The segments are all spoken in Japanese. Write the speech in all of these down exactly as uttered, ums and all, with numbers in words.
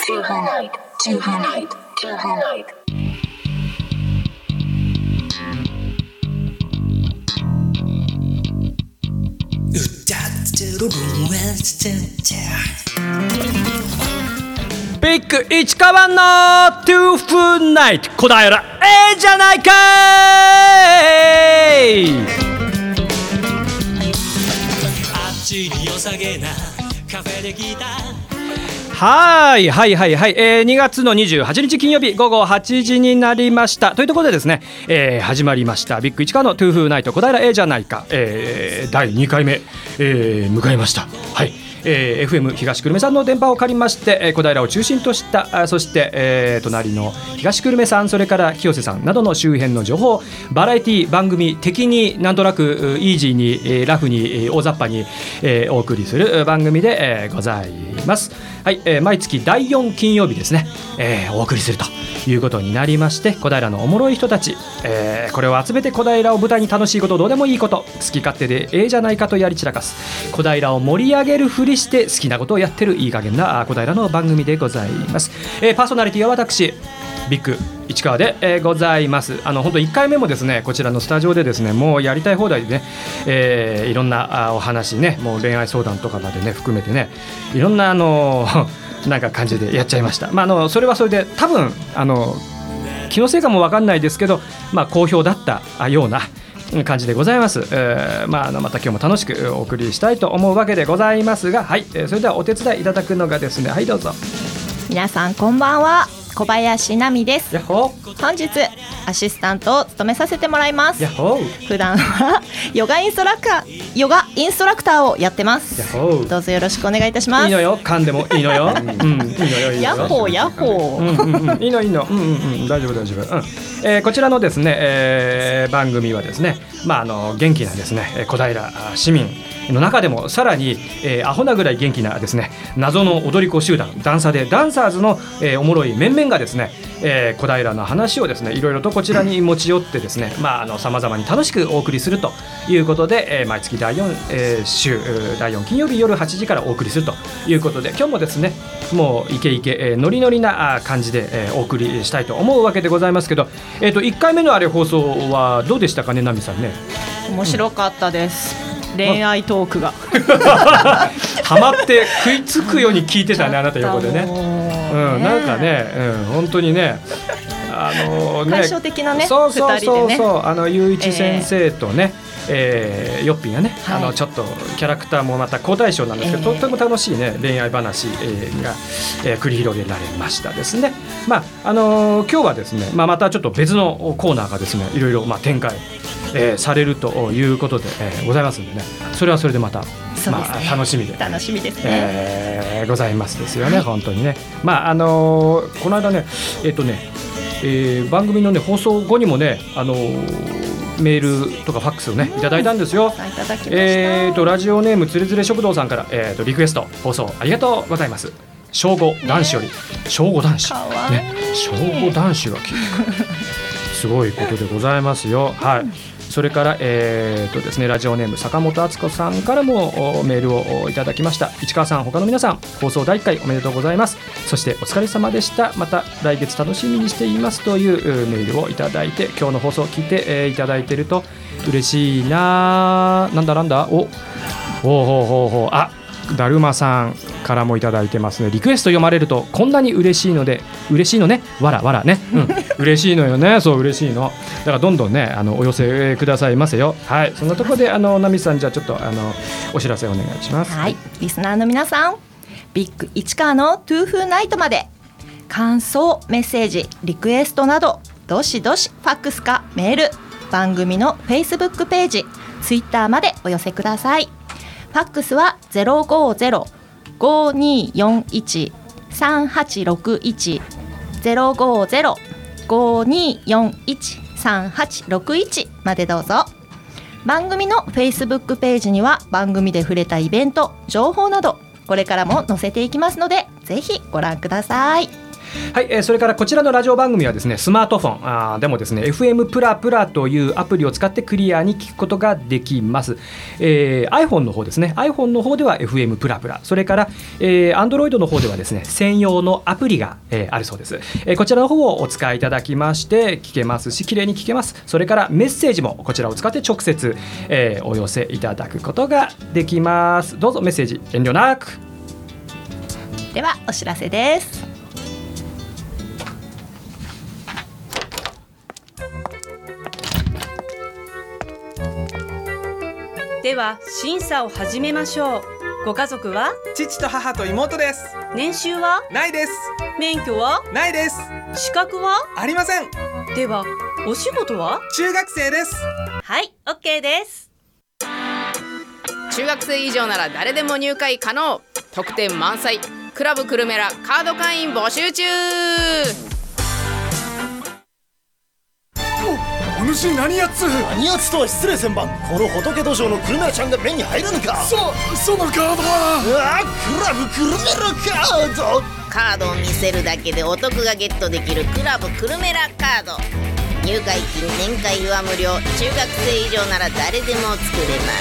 Two Who Night, Two Who Night, Two Who Night. ビッグ市川のトゥーフーナイト小平ええじゃないかい。はいはいはいはい、えー、にがつのにじゅうはちにち金曜日午後はちじになりましたというところでですね、えー、始まりましたビッグ市川のトゥーフーナイト小平ええじゃないか、えー、だいにかいめ、えー、迎えました。はい、えー、エフエム 東久留米さんの電波を借りまして、えー、小平を中心としたそして、えー、隣の東久留米さんそれから清瀬さんなどの周辺の情報バラエティ番組的になんとなくイージーに、えー、ラフに、えー、大雑把に、えー、お送りする番組で、えー、ございます。はい、えー、毎月だいよん金曜日ですね、えー、お送りするということになりまして小平のおもろい人たち、えー、これを集めて小平を舞台に楽しいことどうでもいいこと好き勝手でええじゃないかとやり散らかす小平を盛り上げるふりして好きなことをやってるいい加減な小平の番組でございます。えー、パーソナリティは私ビッグ市川で、えー、ございます。あの本当いっかいめもですねこちらのスタジオでですねもうやりたい放題でね、えー、いろんなあお話ねもう恋愛相談とかまでね含めてねいろんなあのなんか感じでやっちゃいました。まあ、あのそれはそれで多分あの気のせいかも分かんないですけど、まあ、好評だったような感じでございます。えーまあ、あのまた今日も楽しくお送りしたいと思うわけでございますが、はい、えー、それではお手伝いいただくのがですね、はいどうぞ。 皆さんこんばんは、小林奈美です。 やっほー。 本日アシスタントを務めさせてもらいます。 やっほー。 普段はヨガインストラクターヨガインストラクターをやってます。 やっほー。 どうぞよろしくお願いいたします。 いいのよ、噛んでもいいのよ、うん、いいのよいいのよ、 ヤッホーヤッホー、 うんうんうん、いいのいいの、うんうんうん、大丈夫大丈夫、うん、えー、こちらのですね、えー、番組はですね、まあ、あの元気なですね小平市民の中でもさらに、えー、アホなぐらい元気なですね謎の踊り子集団ダンサでダンサーズの、えー、おもろい面々がですね、えー、小平の話をですねいろいろとこちらに持ち寄ってですねまああの様々に楽しくお送りするということで、えー、毎月だいよん、えー、週だいよん金曜日夜はちじからお送りするということで今日もですねもうイケイケ、えー、ノリノリな感じで、えー、お送りしたいと思うわけでございますけど、えー、といっかいめのあれ放送はどうでしたかね、ナミさんね。 面白かったです、うん、恋愛トークがハマって食いつくように聞いてたねあなた横でね、うん、なんかね、うん、本当にねあのね対照的なねそうそうそうそう、 ふたりでねあのゆういち先生とね、えーえー、ヨッピーがね、はい、あのちょっとキャラクターもまた好対象なんですけど、えー、とっても楽しいね恋愛話、えー、が、えー、繰り広げられましたですね。まああのー、今日はですね、まあ、またちょっと別のコーナーがですねいろいろまあ展開、えー、されるということで、えー、ございますのでねそれはそれでまたまあ、楽しみで楽しみですね、 えー、ございますですよね、はい、本当にね。まああのー、この間ねえっ、ー、とね、えー、番組のね放送後にもねあのー、メールとかファックスをねいただいたんですよ。 いただきました。 えーとラジオネームつれづれ食堂さんから、えー、とリクエスト放送ありがとうございます。小五男子より、ね、小五男子ね小五男子が聞いてすごいことでございますよ。はい。それから、えーとですね、ラジオネーム坂本敦子さんからもメールをいただきました。市川さん他の皆さん放送だいいっかいおめでとうございます。そしてお疲れ様でした。また来月楽しみにしていますというメールをいただいて今日の放送を聞いて、えー、いただいていると嬉しいな。なんだなんだおほうほうほうほうあだるまさんからもいただいてますね。リクエスト読まれるとこんなに嬉しいので嬉しいのねわらわらね、うん、嬉しいのよね。そう嬉しいのだからどんどんねあのお寄せくださいませよ。はい、そんなところであのナミさんじゃあちょっとあのお知らせお願いします。 はい、リスナーの皆さんビッグ市川のトゥーフーナイトまで感想メッセージリクエストなどどしどしファックスかメール番組のフェイスブックページツイッターまでお寄せください。ファックスは ゼロごゼロ ごにーよんいち さんはちろくいち ゼロごゼロ ごにーよんいち さんはちろくいち までどうぞ。番組の Facebook ページには番組で触れたイベント情報などこれからも載せていきますのでぜひご覧ください。 はい、えー、それからこちらのラジオ番組はですねスマートフォンあーでもですね エフエム プラプラというアプリを使ってクリアに聞くことができます、えー、iPhone の方ですね iPhone の方では エフエム プラプラそれから、えー、Android の方ではですね専用のアプリが、えー、あるそうです、えー、こちらの方をお使いいただきまして聞けますし綺麗に聞けます。それからメッセージもこちらを使って直接、えー、お寄せいただくことができます。どうぞメッセージ遠慮なく。 ではお知らせです。 では審査を始めましょう。ご家族は？ 父と母と妹です。 年収は？ ないです。 免許は？ ないです。 資格は？ ありません。 ではお仕事は？ 中学生です。 はい、OK です。 中学生以上なら誰でも入会可能。特典満載。クラブクルメラカード会員募集中。 お主何やつ何やつとは失礼千万。この仏道場のクルメラちゃんが目に入らぬか。 そ、そのカードはうわ、クラブクルメラカード。 カードを見せるだけでお得がゲットできるクラブクルメラカード。入会金年会は無料。中学生以上なら誰でも作れます。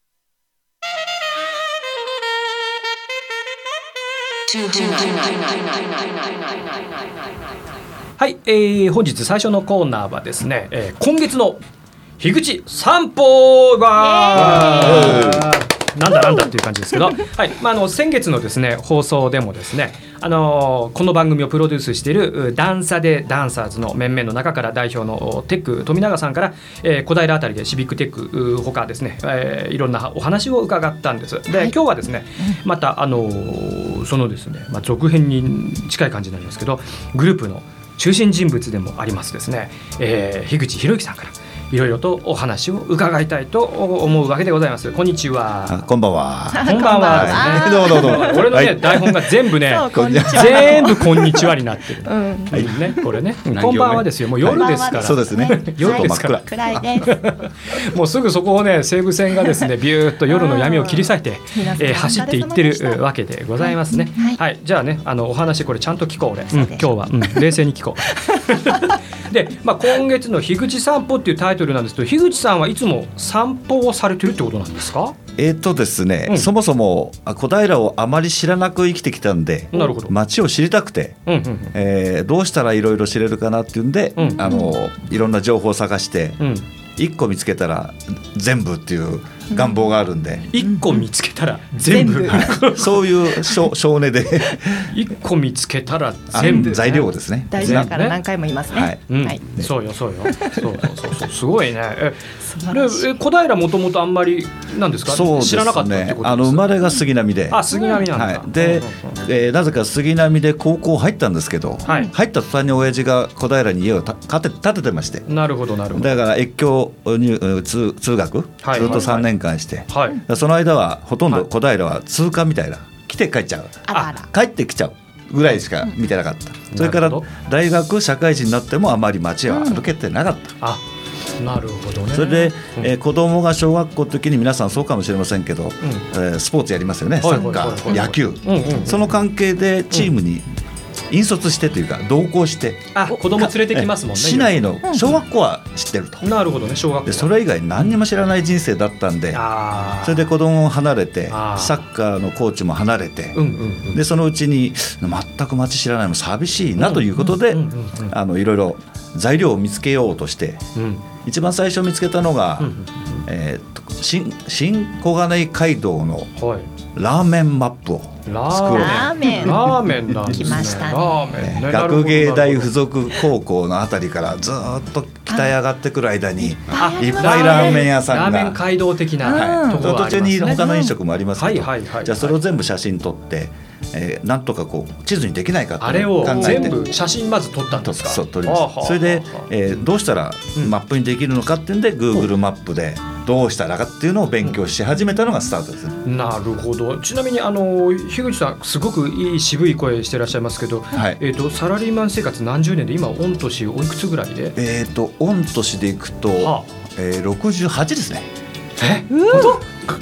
はい、えー、本日最初のコーナーはですね、えー、今月の樋口散歩はなんだなんだっていう感じですけど、はい、まあ、あの先月のですね放送でもですね、あのー、この番組をプロデュースしているダンサでダンサーズの面々の中から代表のテック富永さんから、えー、小平あたりでシビックテックほかですね、えー、いろんなお話を伺ったんです。で、はい、今日はですねまた、あのー、そのですね、まあ、続編に近い感じになりますけど、グループの中心人物でもありますですね、えー、樋口博之さんからいろいろとお話を伺いたいと思うわけでございます。こんにちは。 こんばんは。 こんばんは。 どうもどうも。 俺のね、はい、台本が全部ね全部こんにちはになってる、うん、はいね、これねこんばんはですよ。もう夜ですから、はい、 そうですね、 夜ですから、 暗いですもうすぐそこをね西武線がですねビューッと夜の闇を切り裂いて、えー、走っていってるわけでございますね、はいはい、じゃあね、あのお話これちゃんと聞こう俺、うん、今日は、うん、冷静に聞こうで、まあ、今月の樋口散歩っていうタイトルなんですけど、樋口さんはいつも散歩をされてるってことなんですか？ えーとですね、うん、そもそも小平をあまり知らなく生きてきたんで、 なるほど、 街を知りたくて、うんうんうん、えー、どうしたらいろいろ知れるかなっていうんで、うん、あのいろんな情報を探して、うん、いっこ見つけたら全部っていう願望があるんで、 いっこ見つけたら全部、 はい、そういう少年でいっこ見つけたら全部材料ですね。 大事だから何回も言いますね、はいうんはい、そうよそうよそうそうそうそう、すごいね。えで小平もともとあんまりなんですか？ そうですね、 知らなかったってことですか？ あの生まれが杉並で、 あ、杉並なんだ、 はい、で、うんうんうん、えー、なぜか杉並で高校入ったんですけど、はい、入った途端に親父が小平に家をた建て、建ててまして、 なるほどなるほど、 だから越境入 通, 通学、はい、ずっとさんねんかんして、はいはい、その間はほとんど小平は通過みたいな、来て帰っちゃう、あ帰ってきちゃうぐらいしか見てなかった、うん、それから大学社会人になってもあまり街は歩けてなかった、うん、 あ、なるほどね。 それで、うんえー、子供が小学校の時に皆さんそうかもしれませんけど、うん、えー、スポーツやりますよね、サッカー、野球、うんうんうん、その関係でチームに引率してというか同行して、 あ、子供連れてきますもんね。 市内の小学校は知ってると、 うん、なるほどね、小学校でそれ以外何にも知らない人生だったんで、うん、それで子供を離れてサッカーのコーチも離れて、うんうんうん、でそのうちに全く街知らないの寂しいなということで、あのいろいろ材料を見つけようとして、うん、一番最初見つけたのが、うんうん、えー、新, 新小金井街道のラーメンマップを作ろう。 ラーメンラーメンなんですね。 来ましたね。 ラーメンね、 学芸大附属高校のあたりからずっと北へ上がってくる間にいっぱいラーメン屋さんが、 ラーメン街道的な、 はい、 ところがありますね。 途中に他の飲食もありますけど、 はいはいはいはい、 じゃあそれを全部写真撮って、えー、なんとかこう地図にできないかと考えて、 あれを全部写真まず撮ったんですか？ そう、撮りました。それで、えー、どうしたらマップにできるのかっていうんで、うん、Google マップでどうしたらかっていうのを勉強し始めたのがスタートです、 うん、なるほど。ちなみにあの樋口さんすごくいい渋い声してらっしゃいますけど、はい、えー、とサラリーマン生活何十年で今御年おいくつぐらいで？ えー、と御年でいくと、はあ、えー、ろくじゅうはちですね。 え、うん、本当？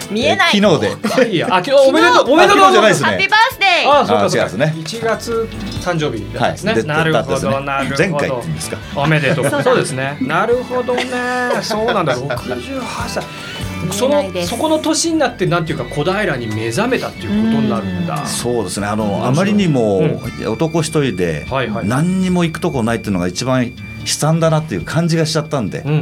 見えない。 昨日で。 いや、あ、昨日おめでとう、おめでとう。 昨日じゃないですね。 ハッピーバースデー。 あ、そうかそうか。 違うですね。 いちがつ誕生日ですね。 はい、 なるほど、なるほど。 前回って言うんですか。 おめでとう。そうですね。なるほどね。そうなんだ。ろくじゅうはっさい。そのそこの年になってなんていうか小平に目覚めたっていうことになるんだ。 そうですね。あのあまりにも男一人で何にも行くとこないっていうのが一番悲惨だなっていう感じがしちゃったんで、うんうんうん、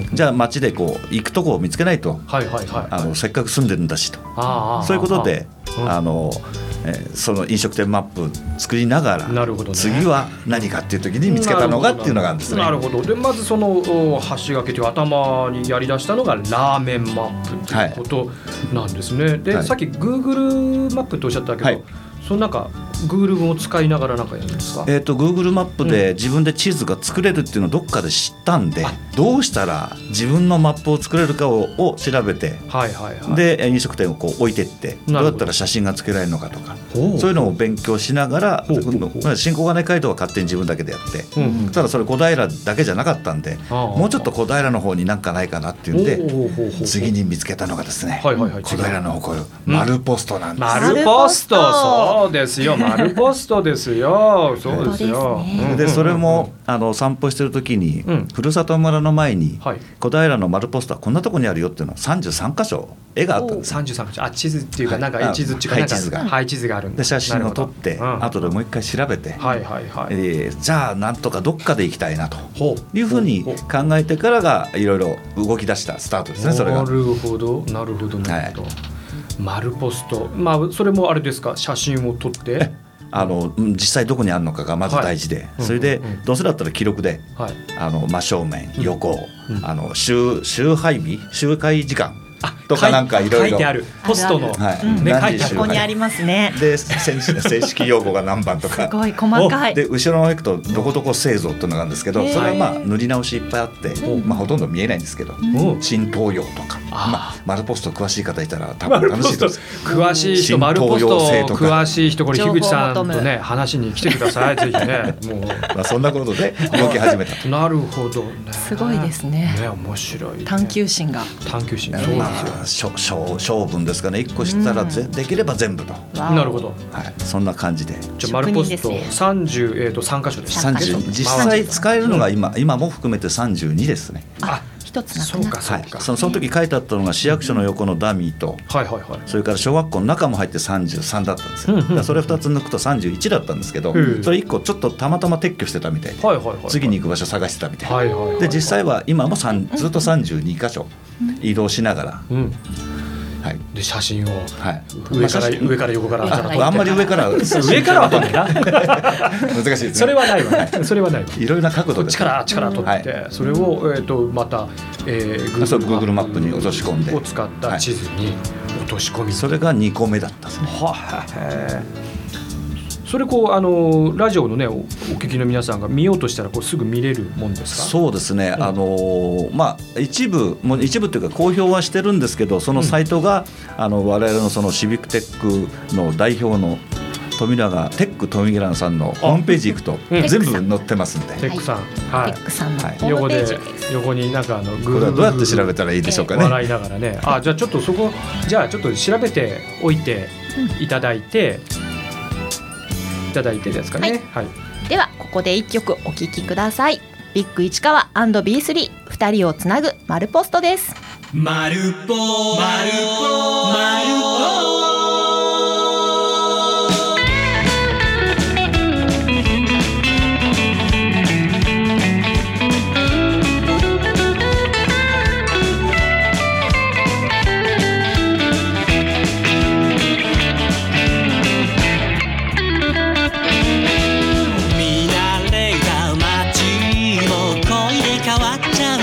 じゃあ街でこう行くとこを見つけないと、はいはいはい、あのせっかく住んでるんだしと、あそういうことで、うん、あのえー、その飲食店マップ作りながら、なるほどね、次は何かっていう時に見つけたのがっていうのがあるんですね。 なるほど。でまずその橋掛けという頭にやり出したのがラーメンマップということなんですね、はい、で、はい、さっき Google マップっておっしゃったけど、はい、そのなんか Google を使いながらなんかやるんですか？ えーと、Google マップで自分で地図が作れるっていうのをどっかで知ったんで、うん、どうしたら自分のマップを作れるか を, を調べて、はいはいはい、で飲食店をこう置いてってどうやったら写真がつけられるのかとか、そういうのを勉強しながら、新小金街道は勝手に自分だけでやって、うんうん、ただそれ小平だけじゃなかったんで、もうちょっと小平の方になんかないかなっていうんで、次に見つけたのがですね、はいはいはい、小平の誇る丸ポストなんです。 丸ポスト、そうですよ、丸ポストですよ。そうですよ。 でそれもあの散歩してる時に、うん、ふるさと村の前に、はい、小平の丸ポストはこんなとこにあるよっていうのはさんじゅうさんかしょ絵があったんです。 さんじゅうさんかしょ、あ、地図っていうか、なんか地図っていうか、 配地図が、 配地図があるんで、 で写真を撮って、うん、後でもう一回調べて、はいはいはい、えー、じゃあなんとかどっかで行きたいなというふうに考えてからがいろいろ動き出したスタートですね。それがなるほどなるほどなるほど、はい、丸ポスト、まあそれもあれですか、写真を撮ってあの実際どこにあるのかがまず大事で、はい、それで、うんうんうん、どうせだったら記録で、はい、あの真正面横、うんうん、あの 集, 集配日集会時間とかなんかいろいろ書いてあるポストの、 はい、 うんね、書いてある、ここにありますね。 で正式用語が何番とかすごい細かい。 で後ろの方行くとどこどこ製造っていうのがあるんですけど、それはまあ塗り直しいっぱいあって、まあ、ほとんど見えないんですけど、新東洋とか、まあ、丸ポスト詳しい方いたら多分楽しいです。 詳しい人、丸ポスト詳しい人、これ樋口さんとね話に来てくださいぜひね。もうまあそんなことで動き始めた。 なるほどね。 すごいですね。 ね、面白い、ね、 探求心が探求心、 まあ性分ですかね。いっこ知ったらぜ、うん、できれば全部と。 なるほど、 はい、そんな感じで。 じゃ丸ポストさんじゅう、えー、とさんかしょです。 さんじゅう実際使えるのが 今,、うん、今も含めてさんじゅうにですね。 あ、一つなくなった。そうかそうか、はい、そのその時書いてあったのが市役所の横のダミーと、はいはいはい、それから小学校の中も入ってさんじゅうさんだったんですよ、うんうんうん、それふたつ抜くとさんじゅういちだったんですけど、うん、それいっこちょっとたまたま撤去してたみたいで、はいはいはいはい、次に行く場所探してたみたいで、はいはいはいはい、で実際は今もずっとさんじゅうにかしょ移動しながら、うん、 はい、で写真を、はい、上から、まあ、上から横からあんまり上から上からは撮ってな難しいですね。 それはないわね。それはないわ。 いろいろな角度で力力撮って、はい、それを、えー、とまた、えー、 Google マップに落とし込んでを使った地図に落とし込み、はい、 それがにこめだったですね。はへそれこうあのラジオのね お, お聞きの皆さんが見ようとしたらこうすぐ見れるもんですか？ そうですね、うん、あのまあ一部もう一部というか公表はしてるんですけど、そのサイトが、うん、あの我々のそのシビックテックの代表の富永テック富永さんのホームページ行くと全部載ってますんで、 テックさん、はい、 テックさんのホームページです。 横になんかあのこれはどうやって調べたらいいでしょうかね。 笑いながらね。あ、じゃあちょっとそこじゃあちょっと調べておいていただいて、うん、いただいてですかね。はい。はい、 ではここで一曲お聴きください。ビッグ市川 アンドビースリー 二人をつなぐ丸ポストです。 丸ポ丸ポ丸ポ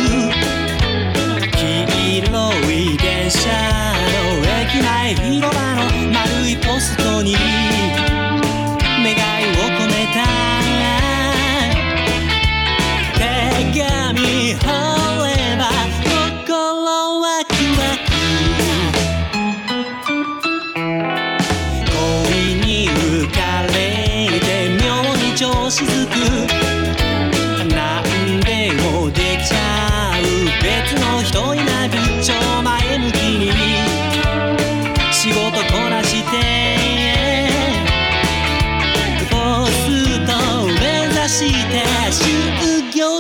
広場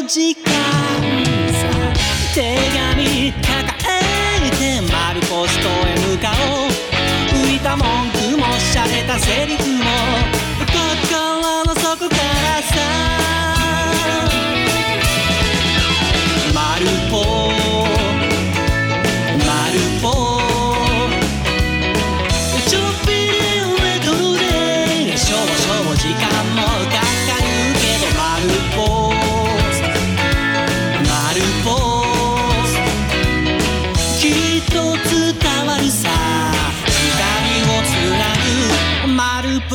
の時間さ、手紙抱えて丸ポストへ向かおう。浮いた文句もしゃれたセリフも心の底からさ、丸ポ丸ポちょっぴりレトロでしょぼしょぼ時間もかかるけど、丸ポ丸ポきっと伝わるさ、光をつなぐ丸ポ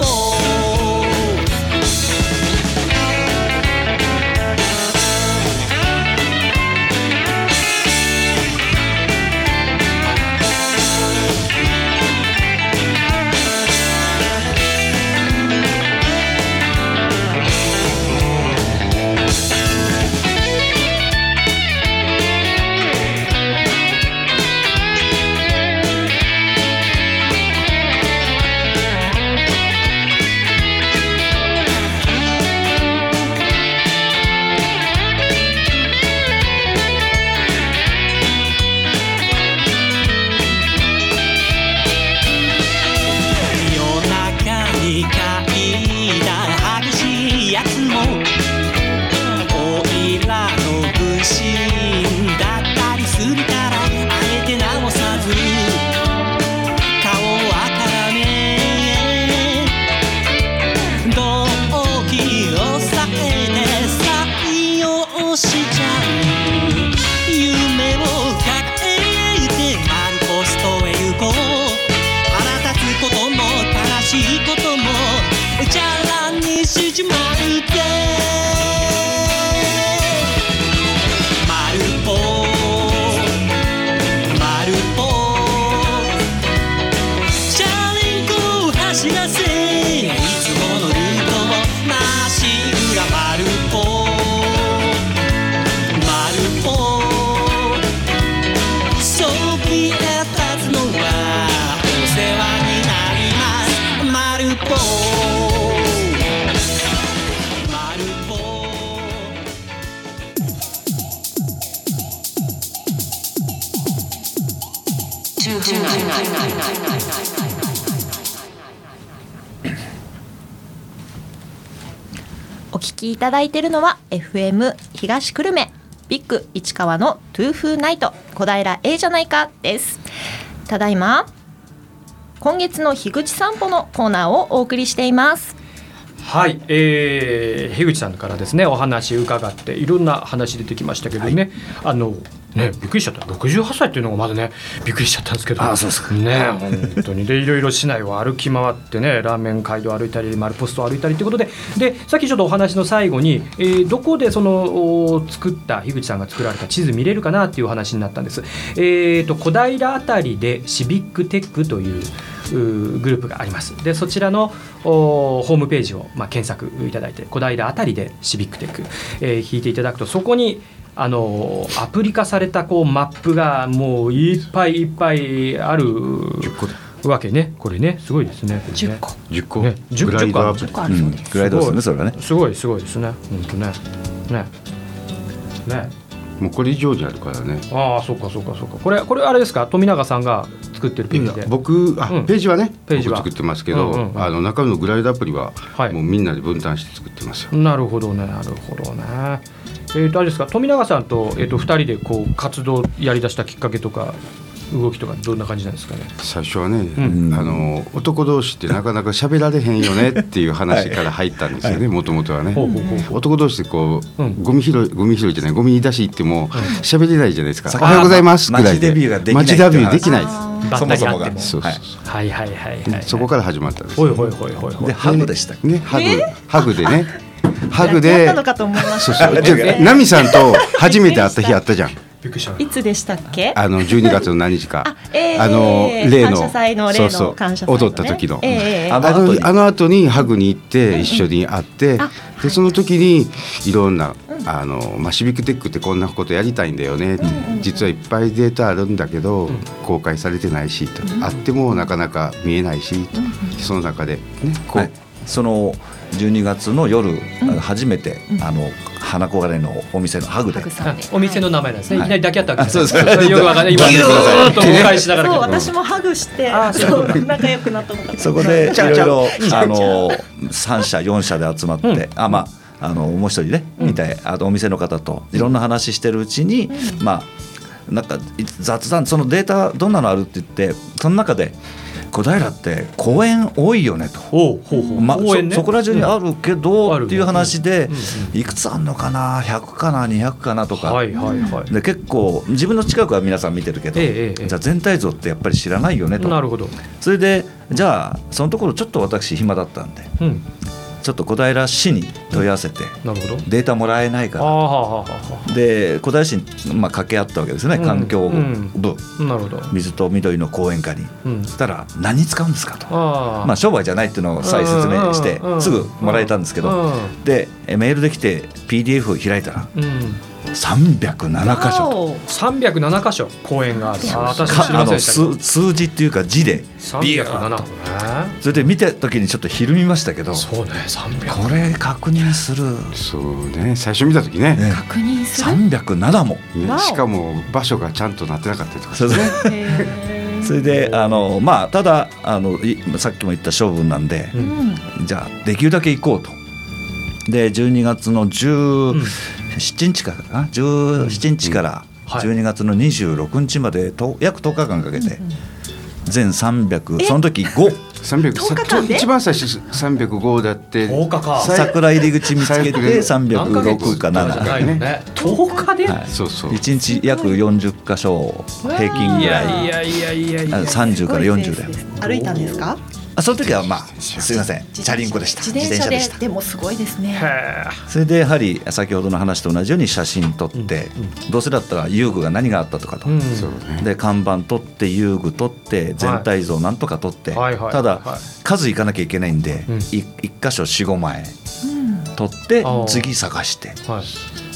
お聞きいただいているのは エフエム 東久留米ビッグ市川のトゥーフーナイト小平 A じゃないかです。ただいま今月の樋口散歩のコーナーをお送りしています。 はい、えー、樋口さんからですねお話伺っていろんな話出てきましたけどね、はい、あのねびっくりしちゃったろくじゅうはっさいっていうのがまだねびっくりしちゃったんですけど、 あそうですかね本当にでいろいろ市内を歩き回ってねラーメン街道歩いたり丸ポスト歩いたりということで、でさっきちょっとお話の最後に、えー、どこでその作った樋口さんが作られた地図見れるかなっていう話になったんです。えーと小平あたりでシビックテックというグループがあります。でそちらのホームページを、まあ、検索いただいて小平あたりでシビックテック、えー、引いていただくとそこにあのアプリ化されたこうマップがもういっぱいいっぱいあるわけね。これねすごいですね。これねじゅっこじゅっこ、ね、じゅっこグライダー、 あるそうです、 うん、グライダーですねそれはね。 すごいすごいですね本当ねねねもうこれ以上にあるからね。 ああそうかそうかそうか。これこれあれですか富永さんが作ってるページで。 僕あ、うん、ページはねページは僕作ってますけど、うんうんうん、あの中身のグライドアプリは、はい、もうみんなで分担して作ってますよ。 なるほどねなるほどね。えーとあれですか富永さんと、えーとふたりでこう活動やりだしたきっかけとか動きとかどんな感じなんですかね。 最初はね、うん、あの男同士ってなかなか喋られへんよねっていう話から入ったんですよねもともとはね。ほうほうほうほう男同士でこう、うん、ゴミ拾いゴミ拾いじゃないゴミ出し行っても喋れないじゃないですか、うん、おはようございますぐらいで街デビューができない街デビューできないです。 そもそもがそうそうそう、 はいはいはいはい、 そこから始まったんです。 ほいほいほいほいほいでハグでしたっけね。 ハグハグでねハグでナミさんと初めて会った日あったじゃん。 いつでしたっけ。 あのじゅうにがつの何日かあ、 えー、 あの例の感謝祭の例の感謝祭の、ね、 踊った時の、 えー、 あの後あの後にハグに行って一緒に会って、うんうん、でその時にいろんなあの、まあ、シビックテックってこんなことやりたいんだよね、うんうん、実はいっぱいデータあるんだけど、うん、公開されてないしと、うん、あってもなかなか見えないし、うん、その中で、ねこう、 はい、そのじゅうにがつの夜、うん、初めて、うん、あの花小金のお店のハグで、 お店の名前なんですね。いきなり抱き合ったわけです。そうです。 よくわかんない。今ずーっと誤解しながら。 そう、私もハグしてそう仲良くなったのかな。 そこでいろいろあのさん社よん社で集まって、あまああのもう一人ねみたい、あとお店の方といろんな話してるうちに、まあなんか雑談、そのデータどんなのあるって言って、その中で小平って公園多いよねと、 ほうほうほう、 まあ、 公園ね、 そ, そこら中にあるけど、 うん、 っていう話で、 うんうん、 いくつあんのかな、ひゃくかなにひゃくかなとか、 はいはいはい、 で結構自分の近くは皆さん見てるけど、ええ、じゃあ全体像ってやっぱり知らないよねと。 なるほど。 それでじゃあそのところちょっと私暇だったんで、うん、ちょっと小平市に問い合わせて、 なるほど、 データもらえないから、 あで小平市に、まあ、掛け合ったわけですね、うん、環境部、 うん、なるほど、 水と緑の講演会に、うん、そしたら何に使うんですかと、 あ、 まあ、商売じゃないっていうのを再説明してすぐもらえたんですけど、でメールできて ピーディーエフ を開いたら、うん、さんびゃくななかしょさんびゃくななかしょ公園がある。あ、私も知りませんでしたけど、 数字っていうか字でビューッと、それで見た時にちょっとひるみましたけど、 そうね、さんびゃく、 これ確認する、 そうね、最初見た時ね、ね、 確認するさんびゃくななも、 ね、しかも場所がちゃんとなってなかったりとかですね。 それであの、まあ、ただあのさっきも言った勝負なんで、うん、じゃあできるだけ行こうと。でじゅうにがつのじゅうしちにちからな、じゅうしちにちからじゅうにがつのにじゅうろくにちまでと約とおかかんかけて全さんびゃく、その時ごさんびゃく、一番最初さんびゃくごだって、 とおかか桜入り口見つけてさんびゃくろくかなな、 とおかで、はい、 そうそう、 いちにち約よんじゅっかしょ平均ぐらい、 いやいやいやいや、 さんじゅうからよんじゅうで歩いたんですか。 あ、その時はまあすいません、チャリンコでした。 自転車で。でもすごいですね。 それでやはり先ほどの話と同じように写真撮って、うん、どうせだったら遊具が何があったとかと、うん、で看板撮って遊具撮って全体像なんとか撮って、はい、ただ数行かなきゃいけないんで、うん、いっかしょ よん,ご 枚撮って次探して、はい、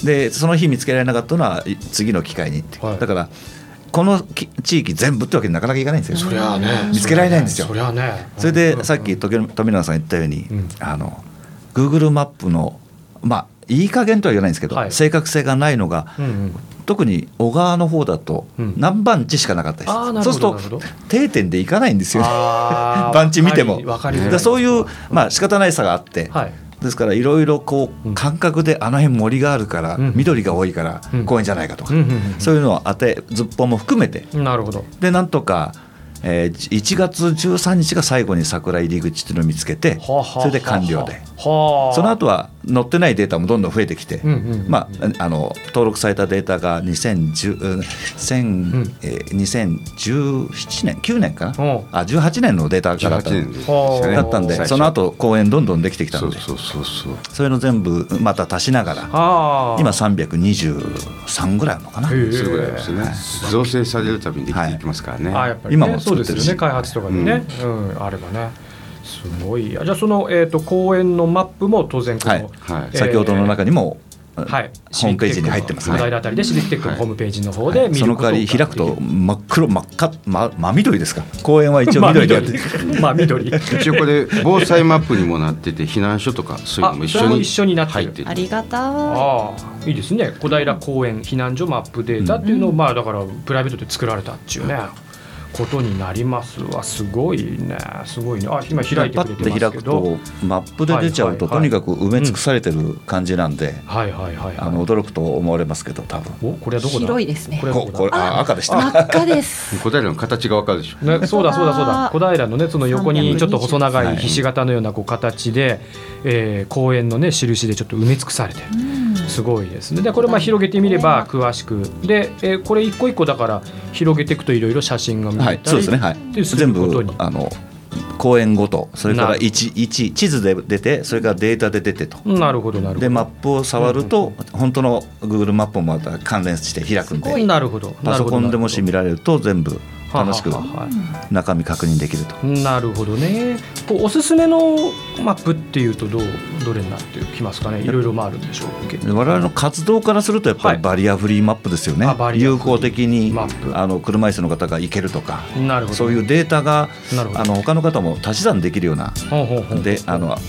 でその日見つけられなかったのは次の機会にって、はい、だからこの地域全部ってわけになかなかいかないんですよ。 そりゃね、 見つけられないんですよ。 そりゃね、 それでさっき富永さん言ったように、うん、あの Google マップのまあいい加減とは言わないんですけど、はい、正確性がないのが、うんうん、特に小川の方だと何番地しかなかったりする、うん、そうすると定点で行かないんですよね番地見ても、はい、そういうまあ仕方ない差があって、はい、ですからいろいろこう感覚であの辺森があるから緑が多いから公園じゃないかとか、そういうのを当てずっぽんも含めて、 なるほど、 でなんとかえー、いちがつじゅうさんにちが最後に桜入り口っていうのを見つけて、それで完了で、その後は載ってないデータもどんどん増えてきて、まあ、あの登録されたデータがにせんじゅう、にせんじゅうななねんきゅうねんかな、あじゅうはちねんのデータからだったんで、その後公園どんどんできてきたので、そういうの全部また足しながら今さんびゃくにじゅうさんぐらいあるのかな。 それぐらいですね。造成されるたびにできていきますからね、 はい、今もそうですよね、開発とかでね、うんうん、あればね、すごい。じゃあその、えーと、公園のマップも当然この、はいはい、 えー、先ほどの中にも、はい、ホームページに入ってますね。 小平あたりでシビックテックのホームページの方で見ることが、はい、その代わり開くと真っ黒真っ赤、ま、真緑ですか。公園は一応緑でやってまあ緑一応これ防災マップにもなってて、避難所とかそういうのも一緒に一緒になってる。 ありがたい。 ああ、いいですね。小平公園避難所マップデータっていうのを、うん、まあだからプライベートで作られたっていうね、ことになりますわ。すごいね、すごいね。あ、今開いてくれてますけど、パッて開くとマップで出ちゃうと、とにかく埋め尽くされてる感じなんで、 はいはいはい、 あの驚くと思われますけど、多分おこれはどこだ。 広いですね。 これここれあ赤でした。 真っ赤です。 小平の形がわかるでしょ、 ね、そうだそうだそうだ。小平のね、その横にちょっと細長いひし形のようなこう形で、えー、公園のね印でちょっと埋め尽くされてる、うん、すごいですね。でこれまあ広げてみれば詳しくで、えー、これ一個一個だから広げていくといろいろ写真が見えたり、はい、 そうですね、はい、全部あの公園ごと、それからいちいち地図で出て、それからデータで出てと。 なるほどなるほど。 でマップを触ると、うん、本当の Google マップもまた関連して開くんで、 なるほど、 パソコンでもし見られると全部楽しく中身確認できると。 なるほどね。こうおすすめのマップっていうとどうどれになってきますかね。いろいろあるんでしょう。 我々の活動からするとやっぱりバリアフリーマップですよね、はい、有効的にあの車椅子の方が行けるとか、そういうデータがあの他の方も足し算できるようなで、あの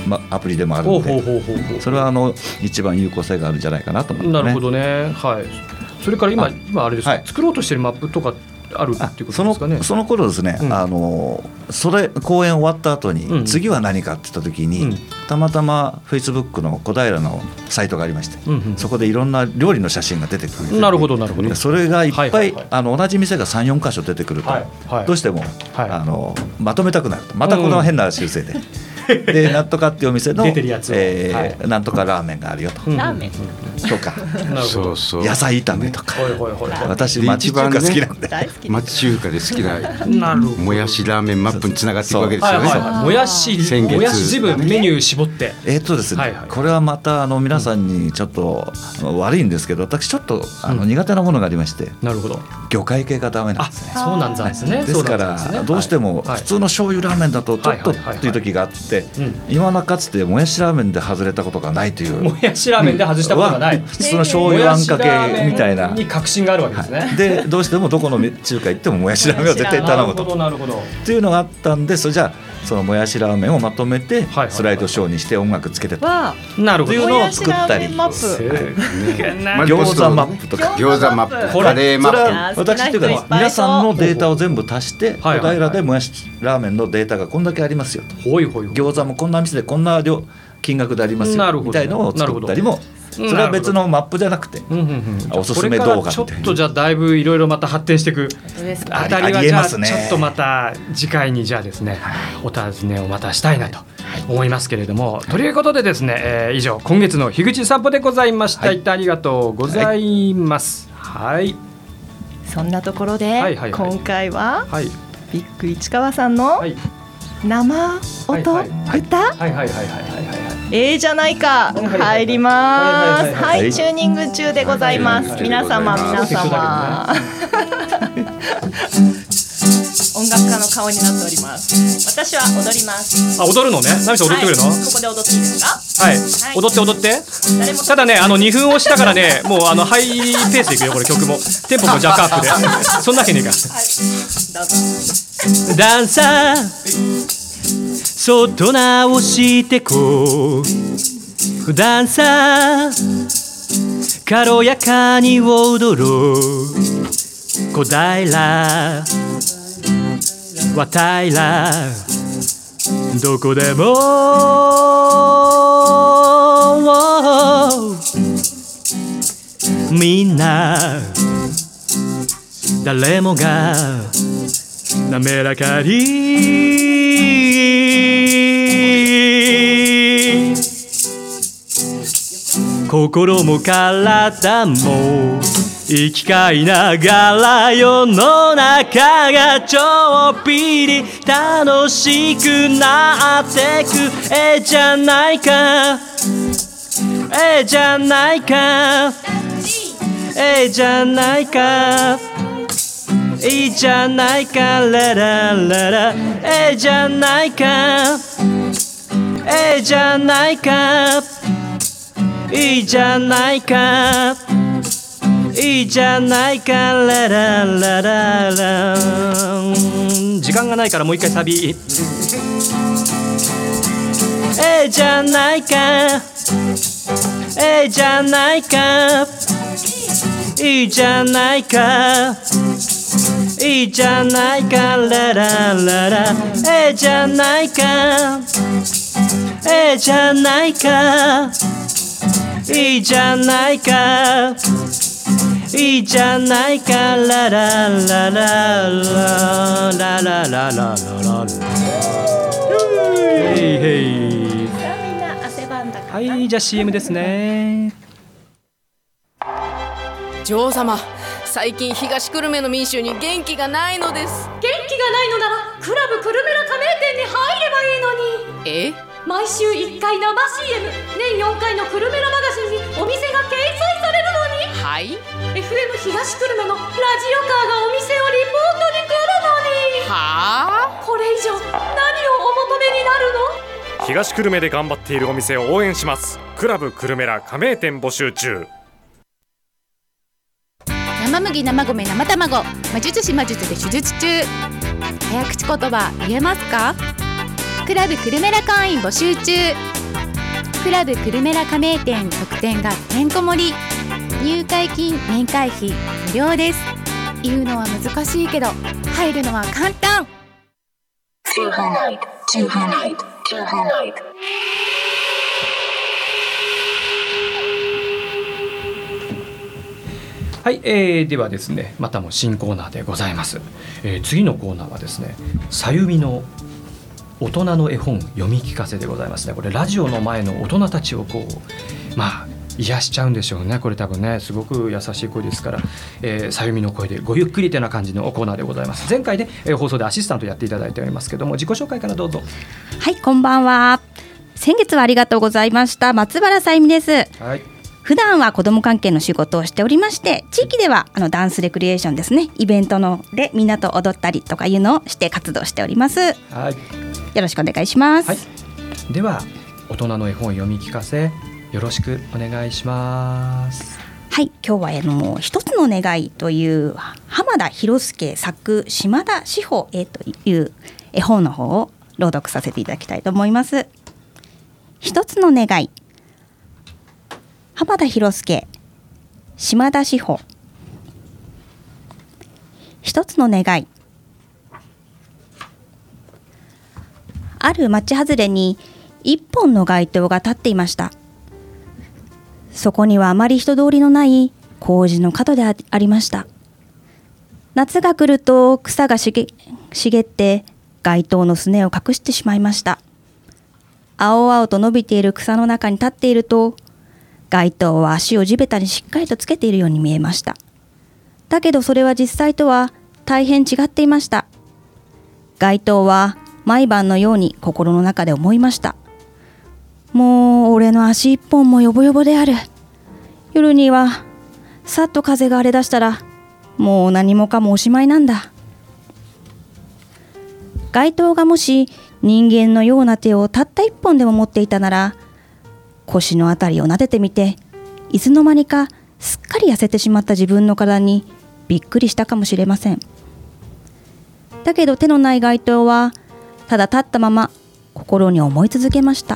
ま、アプリでもあるので、それはあの一番有効性があるんじゃないかなと思いますね。 なるほどね、はい、それから 今, 今あれですか、はい、作ろうとしているマップとかあるっていうことですかね。 その、その頃ですね、うん、あのそれ公演終わった後に、うん、次は何かって言った時に、うん、たまたま Facebook の小平のサイトがありまして、うんうん、そこでいろんな料理の写真が出てくる。 なるほどなるほど。 それがいっぱい、はいはいはい、あの同じ店が さん,よん 箇所出てくると、はいはい、どうしても、はい、あのまとめたくなると、またこの変な修正で、うんでなんとかっていうお店の、えーはい、なんとかラーメンがあるよと、ラーメンとかそうそう野菜炒めとか、はいはいはい、私町中華好きなんで、ね、 町中華で好きなもやしラーメンマップにつながっていくわけですよね。 はいはいはい、もやし先月もやし自分メニュー絞ってえー、っとですね、はいはい、これはまたあの皆さんにちょっと悪いんですけど、私ちょっとあの苦手なものがありまして、うん、 なるほど、 魚介系がダメなんですね。 あ、そうなんですね。 ですからどうしても普通の醤油ラーメンだとちょっとっていう時があって、うん、今のかつてもやしラーメンで外れたことがないという。 もやしラーメンで外したことがない、うん、 普通の醤油あんかけみたいなに確信があるわけですね、はい、 でどうしてもどこの中華行ってももやしラーメンは絶対頼むとなるほどっていうのがあったんで、それじゃあそのもやしラーメンをまとめてスライドショーにして音楽つけてと、 なるほど、 というのを作ったり、 餃子マップとか餃子マップ、カレーマップ、 私というか皆さんのデータを全部足して小平でもやしラーメンのデータがこんだけありますよと、餃子もこんな店でこんな量金額でありますよみたいのを作ったりも、それは別のマップじゃなくて、うんうんうん、おすすめ動画みたいな。 ちょっとじゃあだいぶいろいろまた発展していくあたりは、じゃあちょっとまた次回にじゃあですね、お尋ねをまたしたいなと思いますけれども、ということでですね、えー、以上今月の樋口散歩でございました、はい、ありがとうございます、はいはい、 そんなところで、はいはいはい、今回は、はい、ビッグ市川さんの生音、はいはい、歌、はいはいはいはいはいええじゃないか入ります。はい、チューニング中でございます。皆様皆様音楽家の顔になっております。私は踊ります。 あ、踊るのね。ナミさん踊ってくれるの、 はい、ここで踊っていいですか。 はい、はい、踊って踊ってただね、あのにふんをしたからね、もうあのハイペースでいくよ、これ曲もテンポも若干アップでそんなわけねえか、はい、どうぞ。ダンサーそっと直してこう、ダンサー軽やかに踊ろう、小平わたいらどこでもみんな誰もが滑らかに心も体も生き交いながら世の中がちょっぴり楽しくなってく、ええじゃないかええじゃないかええじゃないかいいじゃないかララララ、ええじゃないかええじゃないかいいじゃないかいいじゃないかラララララ。時間がないからもう一回サビ。ええじゃないかええじゃないかいいじゃないかいいじゃないかララララ、ええじゃないかええじゃないかいいじゃないかいいじゃないかラララララララララララヘイヘイ。はい、じゃあ シーエム ですね。 女王様、最近東久留米の民衆に元気がないのです。 元気がないのならクラブ久留米ら加盟店に入ればいいのに。 え？ 毎週いっかい生 シーエム、 年よんかいの久留米らマガジンにお店が掲載されるのに。 はい、 エフエム 東久留米のラジオカーがお店をリポートに来るのに。 はあ？ これ以上何をお求めになるの？ 東久留米で頑張っているお店を応援します。クラブ久留米ら加盟店募集中。 生麦、生米、生卵、魔術師魔術で手術中。早口言葉言えますか？クラブ久留米ら会員募集中。 クラブクルメラ加盟店特典がてんこ盛り。入会金年会費無料です。言うのは難しいけど入るのは簡単。 To her night, to her night, to her night. はい、えー、ではですね、またも新コーナーでございます。えー、次のコーナーはですね、さゆみの大人の絵本読み聞かせでございますね。これラジオの前の大人たちをこうまあ癒しちゃうんでしょうね。これ多分ね、すごく優しい声ですから、えー、さゆみの声でごゆっくりというような感じのコーナーでございます。前回で、えー、放送でアシスタントやっていただいておりますけども、自己紹介からどうぞ。 はい、こんばんは。先月はありがとうございました。松原さゆみです。 はい。 普段は子ども関係の仕事をしておりまして、地域ではあのダンスレクリエーションですね、イベントのでみんなと踊ったりとかいうのをして活動しております。 はい、 よろしくお願いします。 はい、では大人の絵本読み聞かせよろしくお願いします。 はい、今日はあの一つの願いという浜田博介作島田志保絵という絵本の方を朗読させていただきたいと思います。一つの願い。浜田博介島田志保。一つの願い。ある町外れに一本の街灯が立っていました。そこにはあまり人通りのない工事の角でありました。夏が来ると草が茂って街灯のすねを隠してしまいました。青々と伸びている草の中に立っていると、街灯は足を地べたにしっかりとつけているように見えました。だけどそれは実際とは大変違っていました。街灯は毎晩のように心の中で思いました。もう俺の足一本もヨボヨボである。夜にはさっと風が荒れ出したらもう何もかもおしまいなんだ。街灯がもし人間のような手をたった一本でも持っていたなら、腰のあたりを撫でてみて、いつの間にかすっかり痩せてしまった自分の体にびっくりしたかもしれません。だけど手のない街灯はただ立ったまま心に思い続けました。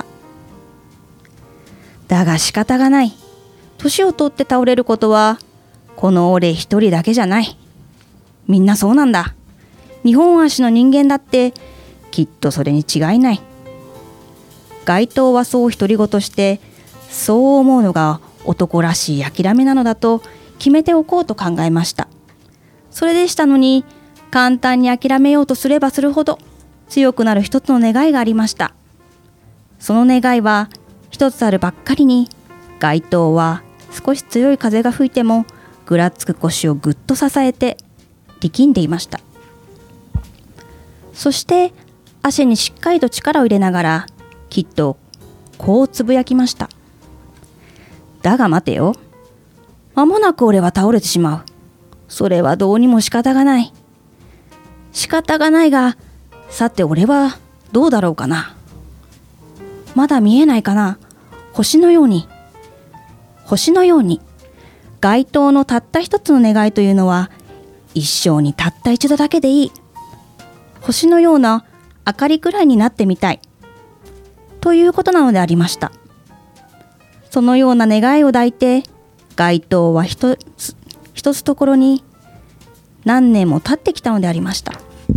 だが仕方がない。年を取って倒れることはこの俺一人だけじゃない。みんなそうなんだ。二本足の人間だってきっとそれに違いない。街灯はそう独り言して、そう思うのが男らしい諦めなのだと決めておこうと考えました。それでしたのに、簡単に諦めようとすればするほど強くなる一つの願いがありました。その願いは一つあるばっかりに、街灯は少し強い風が吹いてもぐらつく腰をぐっと支えて力んでいました。そして足にしっかりと力を入れながら、きっとこうつぶやきました。だが待てよ。間もなく俺は倒れてしまう。それはどうにも仕方がない。仕方がないが、さて俺はどうだろうかな。まだ見えないかな。星のように。星のように。街灯のたった一つの願いというのは、一生にたった一度だけでいい。星のような明かりくらいになってみたい。ということなのでありました。そのような願いを抱いて、街灯は一つ一つところに何年も経ってきたのでありました。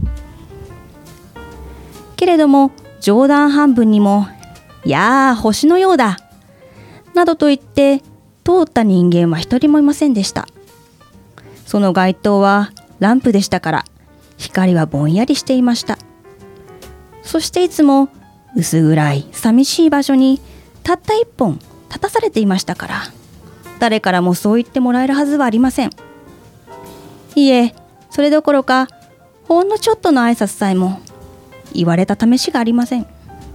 けれども冗談半分にも、いやー星のようだなどと言って通った人間は一人もいませんでした。その街灯はランプでしたから、光はぼんやりしていました。そしていつも薄暗い寂しい場所にたった一本立たされていましたから、誰からもそう言ってもらえるはずはありません。いえ、それどころかほんのちょっとの挨拶さえも言われた試しがありません。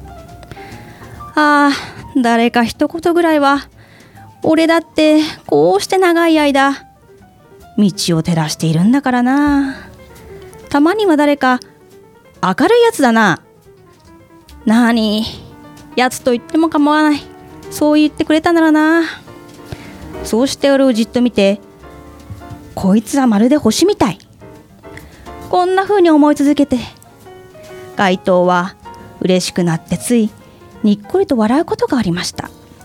ああ、誰か一言ぐらいは、俺だってこうして長い間道を照らしているんだからな。たまには誰か明るいやつだな。なに、やつと言っても構わない。そう言ってくれたならな。そうして俺をじっと見て、こいつはまるで星みたい。こんな風に思い続けて、街灯は嬉しくなってついにっこりと笑うことがありました。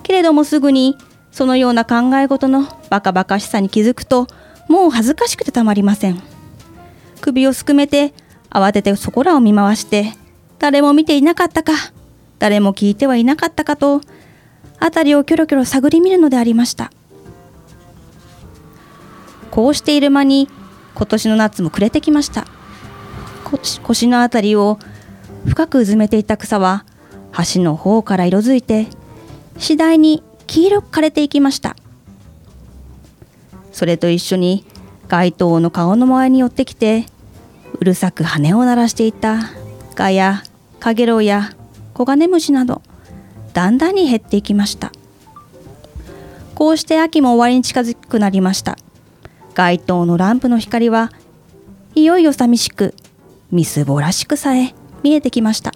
けれどもすぐにそのような考え事のバカバカしさに気づくと、もう恥ずかしくてたまりません。首をすくめて慌ててそこらを見回して、誰も見ていなかったか、誰も聞いてはいなかったかと辺りをキョロキョロ探り見るのでありました。こうしている間に今年の夏も暮れてきました。腰のあたりを深くうずめていた草は端の方から色づいて次第に黄色く枯れていきました。それと一緒に街灯の顔の前に寄ってきてうるさく羽を鳴らしていたガやカゲロウやコガネムシなどだんだんに減っていきました。こうして秋も終わりに近づくなりました。街灯のランプの光はいよいよ寂しくみすぼらしくさえ見えてきました。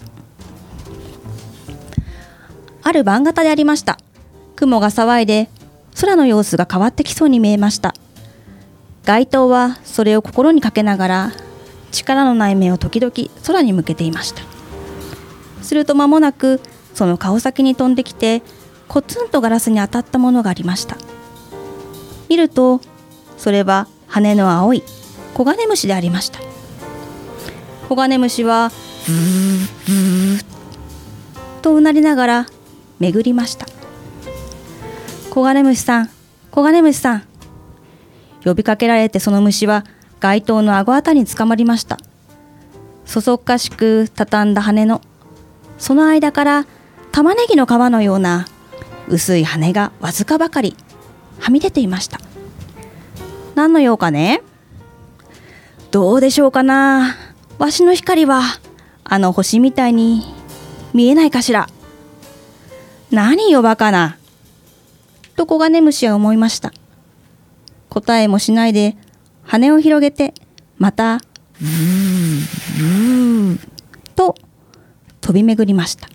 ある晩型でありました。雲が騒いで空の様子が変わってきそうに見えました。街灯はそれを心にかけながら力のない目を時々空に向けていました。すると間もなくその顔先に飛んできてコツンとガラスに当たったものがありました。見るとそれは羽の青いコガネムシでありました。コガネムシはブーブーとうなりながら巡りました。コガネムシさん、コガネムシさん。呼びかけられてその虫は街灯の顎あたりにつかまりました。そそっかしく畳んだ羽のその間から玉ねぎの皮のような薄い羽がわずかばかりはみ出ていました。何の用かね。どうでしょうかな。わしの光はあの星みたいに見えないかしら。何よバカな。とコガネムシは思いました。答えもしないで羽を広げてまたブーブーと飛び巡りました。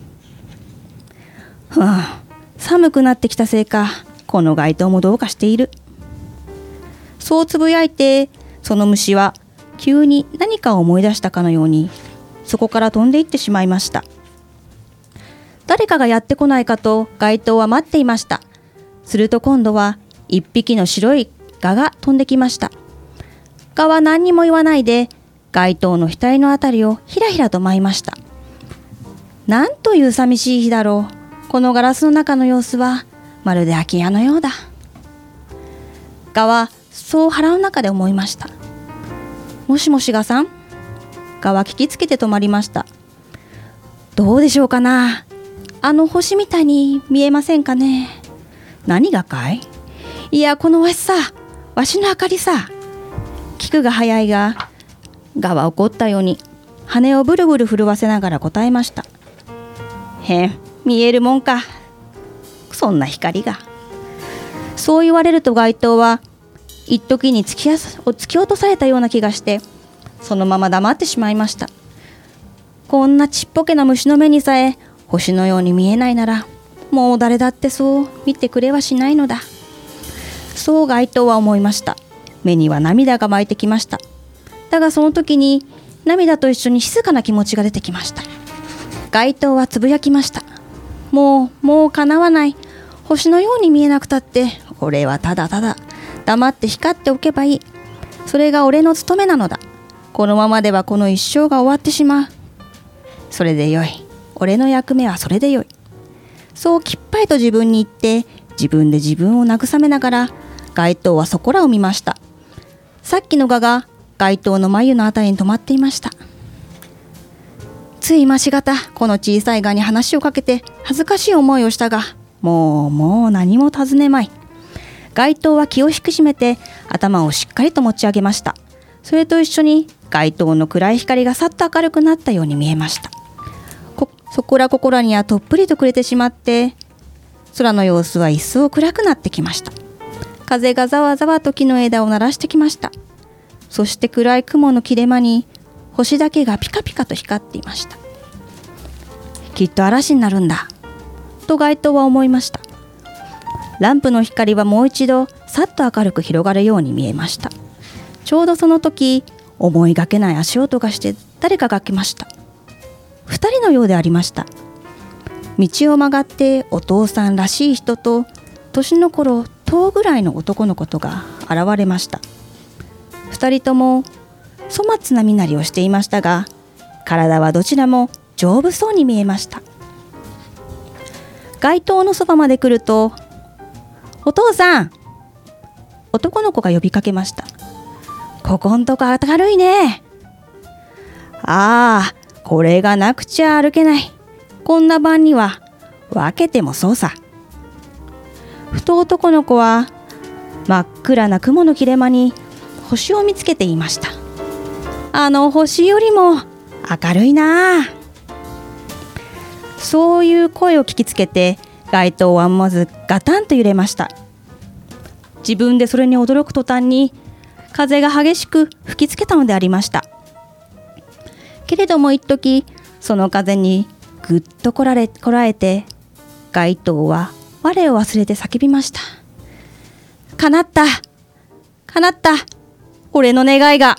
はあ、寒くなってきたせいかこの街灯もどうかしている。そうつぶやいてその虫は急に何かを思い出したかのようにそこから飛んでいってしまいました。誰かがやってこないかと街灯は待っていました。すると今度は一匹の白い蛾が飛んできました。蛾は何にも言わないで街灯の額のあたりをひらひらと舞いました。なんという寂しい日だろう。このガラスの中の様子はまるで空き家のようだ。蛾はそう腹の中で思いました。もしもし蛾さん。蛾は聞きつけて止まりました。どうでしょうかな。あの星みたいに見えませんかね。何がかい。いやこのわしさ、わしの明かりさ。聞くが早いが蛾は怒ったように羽をブルブル震わせながら答えました。へん、見えるもんか。そんな光が。そう言われると街灯は一時に突きやす突き落とされたような気がしてそのまま黙ってしまいました。こんなちっぽけな虫の目にさえ星のように見えないならもう誰だってそう見てくれはしないのだ。そう街灯は思いました。目には涙が湧いてきました。だがその時に涙と一緒に静かな気持ちが出てきました。街灯はつぶやきました。もうもうかなわない。星のように見えなくたって俺はただただ黙って光っておけばいい。それが俺の務めなのだ。このままではこの一生が終わってしまう。それでよい。俺の役目はそれでよい。そうきっぱりと自分に言って自分で自分を慰めながら街灯はそこらを見ました。さっきの蛾が街灯の眉のあたりに止まっていました。つい今しがたこの小さい蛾に話をかけて恥ずかしい思いをしたがもうもう何も尋ねまい。街灯は気を引き締めて頭をしっかりと持ち上げました。それと一緒に街灯の暗い光がさっと明るくなったように見えました。こそこらここらにはとっぷりと暮れてしまって空の様子は一層暗くなってきました。風がざわざわと木の枝を鳴らしてきました。そして暗い雲の切れ間に星だけがピカピカと光っていました。きっと嵐になるんだと街灯は思いました。ランプの光はもう一度さっと明るく広がるように見えました。ちょうどその時思いがけない足音がして誰かが来ました。二人のようでありました。 道を曲がってお父さんらしい人と年の頃とぐらいの男の子とが現れました。二人とも粗末な身なりをしていましたが、体はどちらも丈夫そうに見えました。街灯のそばまで来ると、お父さん、男の子が呼びかけました。ここんとこ明るいね。ああ、これがなくちゃ歩けない。こんな晩には分けてもそうさ。ふと男の子は真っ暗な雲の切れ間に星を見つけていました。あの星よりも明るいな。そういう声を聞きつけて、街灯はまずガタンと揺れました。自分でそれに驚く途端に風が激しく吹きつけたのでありました。けれども一時その風にぐっとこられこらえて、街灯は我を忘れて叫びました。叶った、叶った、俺の願いが。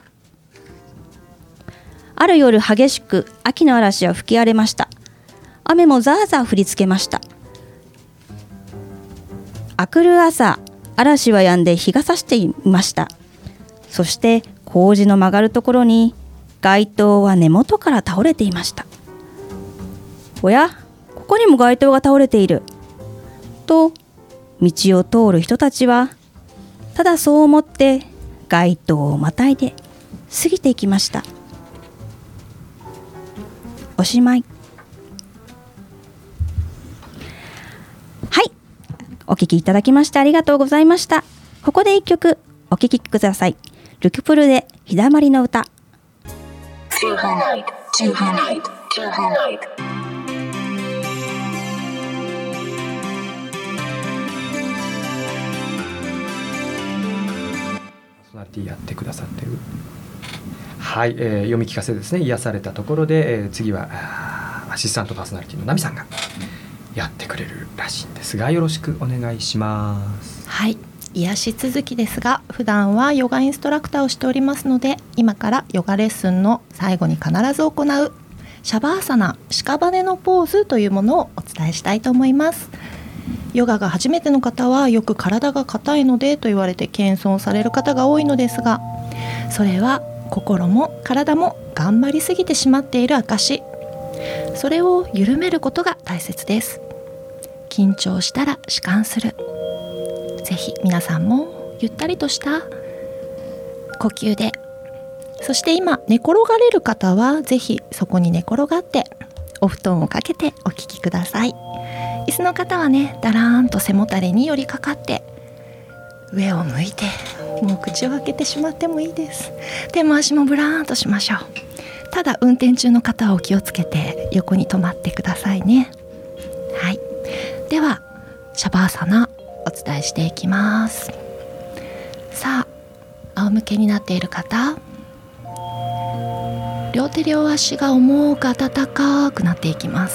ある夜激しく秋の嵐は吹き荒れました。雨もザーザー降りつけました。明くる朝、嵐は止んで日が差していました。そして麹の曲がるところに街灯は根元から倒れていました。おや、ここにも街灯が倒れている。と道を通る人たちはただそう思って街灯をまたいで過ぎていきました。おしまい。はい、お聞きいただきましてありがとうございました。ここで一曲お聴きください。ルクプルで日だまりの歌。 Tonight, tonight, tonight. パーソナリティやってくださってる。はい、えー、読み聞かせですね。癒されたところで、えー、次はアシスタントパーソナリティのナミさんがやってくれるらしいんですが、よろしくお願いします。 はい、癒し続きですが、普段はヨガインストラクターをしておりますので、今からヨガレッスンの最後に必ず行うシャバーサナ、屍のポーズというものをお伝えしたいと思います。ヨガが初めての方はよく体が硬いのでと言われて謙遜される方が多いのですが、それは心も体も頑張りすぎてしまっている証。それを緩めることが大切です。緊張したら弛緩する。ぜひ皆さんもゆったりとした呼吸で、そして今寝転がれる方はぜひそこに寝転がってお布団をかけてお聞きください。椅子の方はね、だらーんと背もたれに寄りかかって上を向いて、もう口を開けてしまってもいいです。手も足もブラーンとしましょう。ただ運転中の方はお気をつけて横に止まってくださいね。はい、ではシャバーサナお伝えしていきます。さあ、仰向けになっている方、両手両足が重く温かくなっていきます。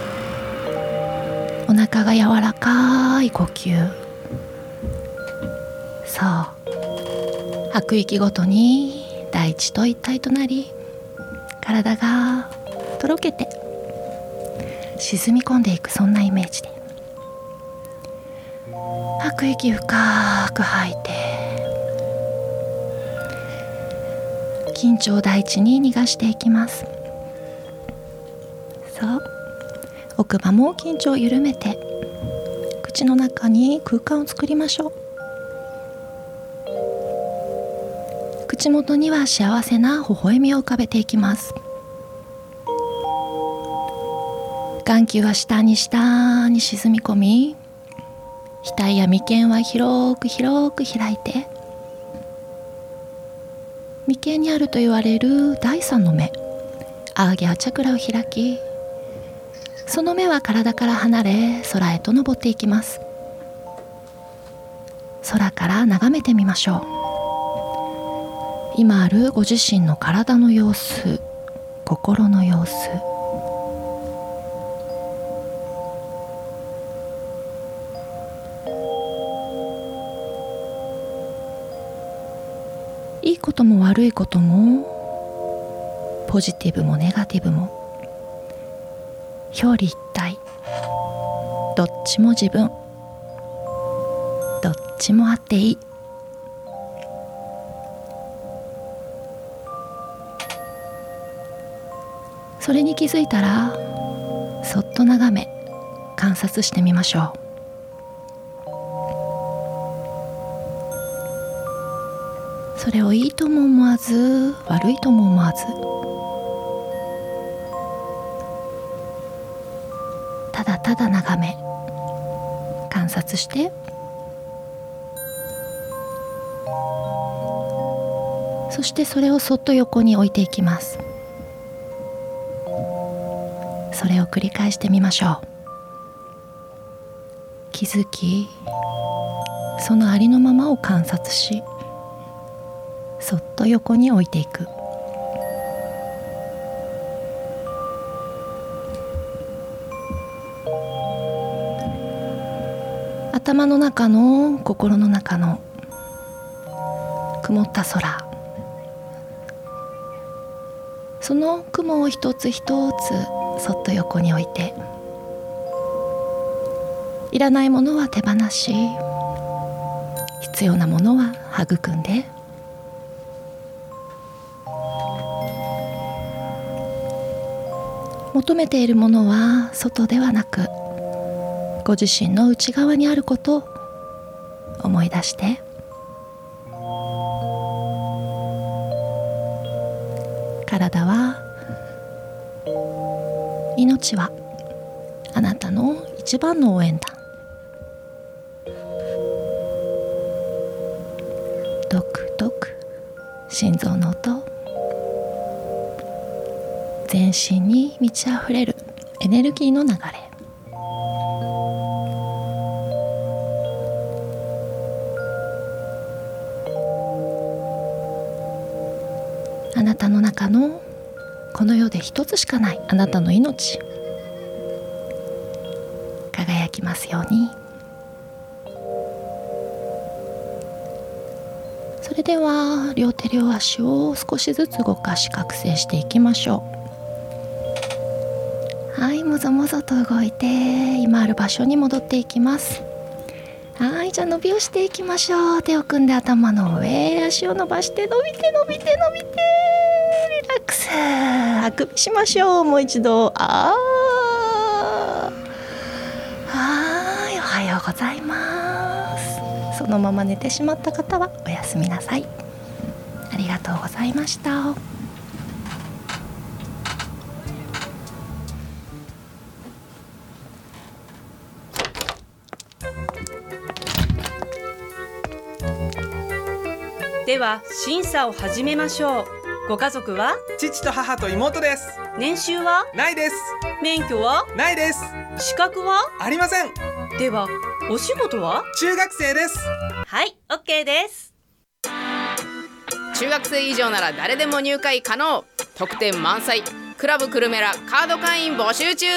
お腹が柔らかい呼吸。さあ、吐く息ごとに大地と一体となり、体がとろけて沈み込んでいく、そんなイメージで吐く息深く吐いて、緊張を大地に逃がしていきます。そう、奥歯も緊張を緩めて口の中に空間を作りましょう。口元には幸せな微笑みを浮かべていきます。眼球は下に下に沈み込み、額や眉間は広く広く開いて、眉間にあると言われる第三の目、アーギャーチャクラを開き、その目は体から離れ空へと昇っていきます。空から眺めてみましょう。今あるご自身の体の様子、心の様子、いいことも悪いことも、ポジティブもネガティブも表裏一体、 どっちも自分、どっちもあっていい。それに気づいたらそっと眺め観察してみましょう。それをいいとも思わず悪いとも思わず、ただただ眺め観察して、そしてそれをそっと横に置いていきます。それを繰り返してみましょう。気づき、そのありのままを観察し、そっと横に置いていく。頭の中の心の中の曇った空、その雲を一つ一つそっと横に置いて、いらないものは手放し、必要なものは育んで、求めているものは外ではなく、ご自身の内側にあることを思い出して、体は、命はあなたの一番の応援団。ドクドク心臓の音、全身に満ち溢れるエネルギーの流れ。あなたの中のこの世で一つしかないあなたの命、輝きますように。それでは両手両足を少しずつ動かし覚醒していきましょう。はい、もぞもぞと動いて今ある場所に戻っていきます。はい、じゃあ伸びをしていきましょう。手を組んで頭の上、足を伸ばして伸びて伸びて伸びて、リラックス。あくびしましょう。もう一度。あーはい、おはようございます。そのまま寝てしまった方はおやすみなさい。ありがとうございました。 では審査を始めましょう。ご家族は？ 父と母と妹です。 年収は？ ないです。 免許は？ ないです。 資格は？ ありません。 ではお仕事は？ 中学生です。 はい、OK です。 中学生以上なら誰でも入会可能。特典満載。クラブクルメラカード会員募集中。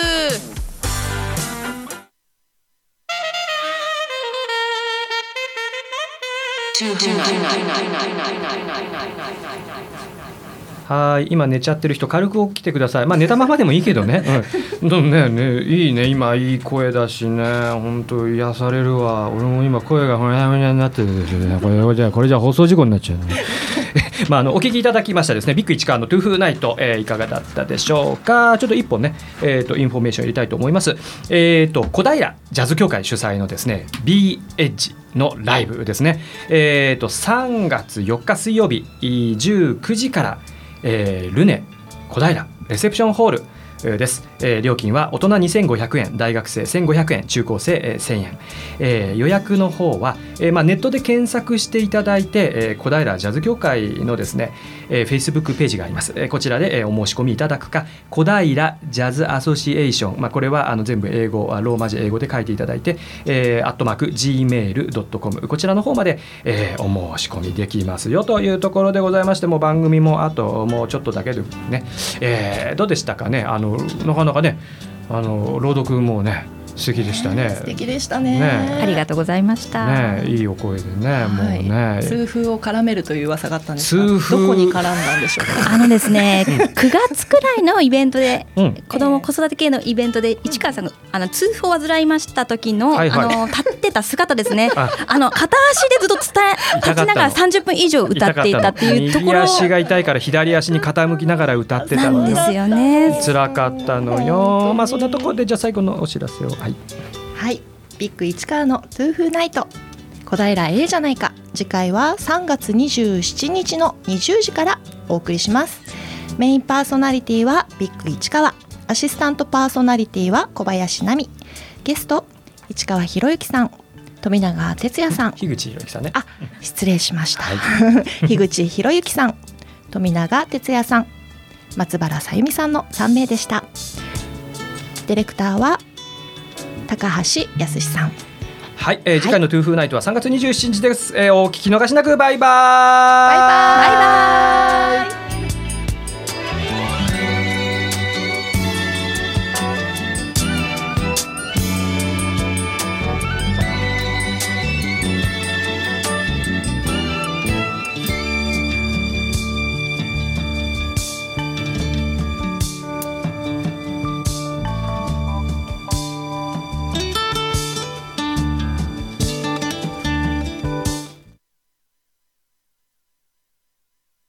はい、今寝ちゃってる人軽く起きてください。まあ寝たままでもいいけどね。うん、でもね、ね、いいね、今いい声だしね、本当癒されるわ。俺も今声がほにゃほにゃになってるんですよね。これじゃこれじゃ放送事故になっちゃうね。まあ、あのお聞きいただきましたですね、ビッグ市川のトゥーフーナイト、えー、いかがだったでしょうか。ちょっと一本ね、えー、とインフォメーション入れたいと思います。えー、と小平ジャズ協会主催のですね B エッジのライブですね、えー、とさんがつよっか水曜日じゅうくじから、えー、ルネ小平レセプションホールです、えー、料金は大人にせんごひゃくえん、大学生せんごひゃくえん、中高生、えー、せんえん、えー、予約の方は、えーまあ、ネットで検索していただいて、えー、小平ジャズ協会のですね、えー、Facebook ページがあります、えー、こちらで、えー、お申し込みいただくか、小平ジャズアソシエーション、まあ、これはあの全部英語、ローマ字英語で書いていただいて、えー、アットマーク ジーメールドットコム こちらの方まで、えー、お申し込みできますよというところでございまして、もう番組もあともうちょっとだけでね、えー、どうでしたかね。あのなかなかね、あの朗読もね素敵でしたね。 素敵でしたね。 ね、ありがとうございました。 ね、いいお声でね、はい、もうね。 痛風を絡めるという噂があったんですが、どこに絡んだんでしょうか。 あのですね、くがつくらいのイベントで、うん、子供子育て系のイベントで市川さんがあの痛風を患いました時の、はいはい、あの立ってた姿ですね。あ, あの片足でずっと伝え立ちながらさんじゅっぷん以上歌っていたっていうところ。 右足が痛いから左足に傾きながら歌ってたのよ。 なんですよね。 辛かったのよ。まあそんなところでじゃあ最後のお知らせを。はい。 はい、ビッグ市川のトゥーフーナイト、小平ええじゃないか。次回はさんがつにじゅうしちにちのにじゅうじからお送りします。メインパーソナリティはビッグ市川、アシスタントパーソナリティは小林奈美、ゲスト市川博之さん、富永哲也さん、 樋口博之さんね。 あ、失礼しました。はい、樋口博之さん、富永哲也さん、松原さゆみさんのさんめいでした。ディレクターは高橋康さん。 はい、えー、次回のトゥーフーナイトはさんがつにじゅうしちにちです。えー、お聞き逃しなく。バイバーイ。 バイバーイ。バイバーイ。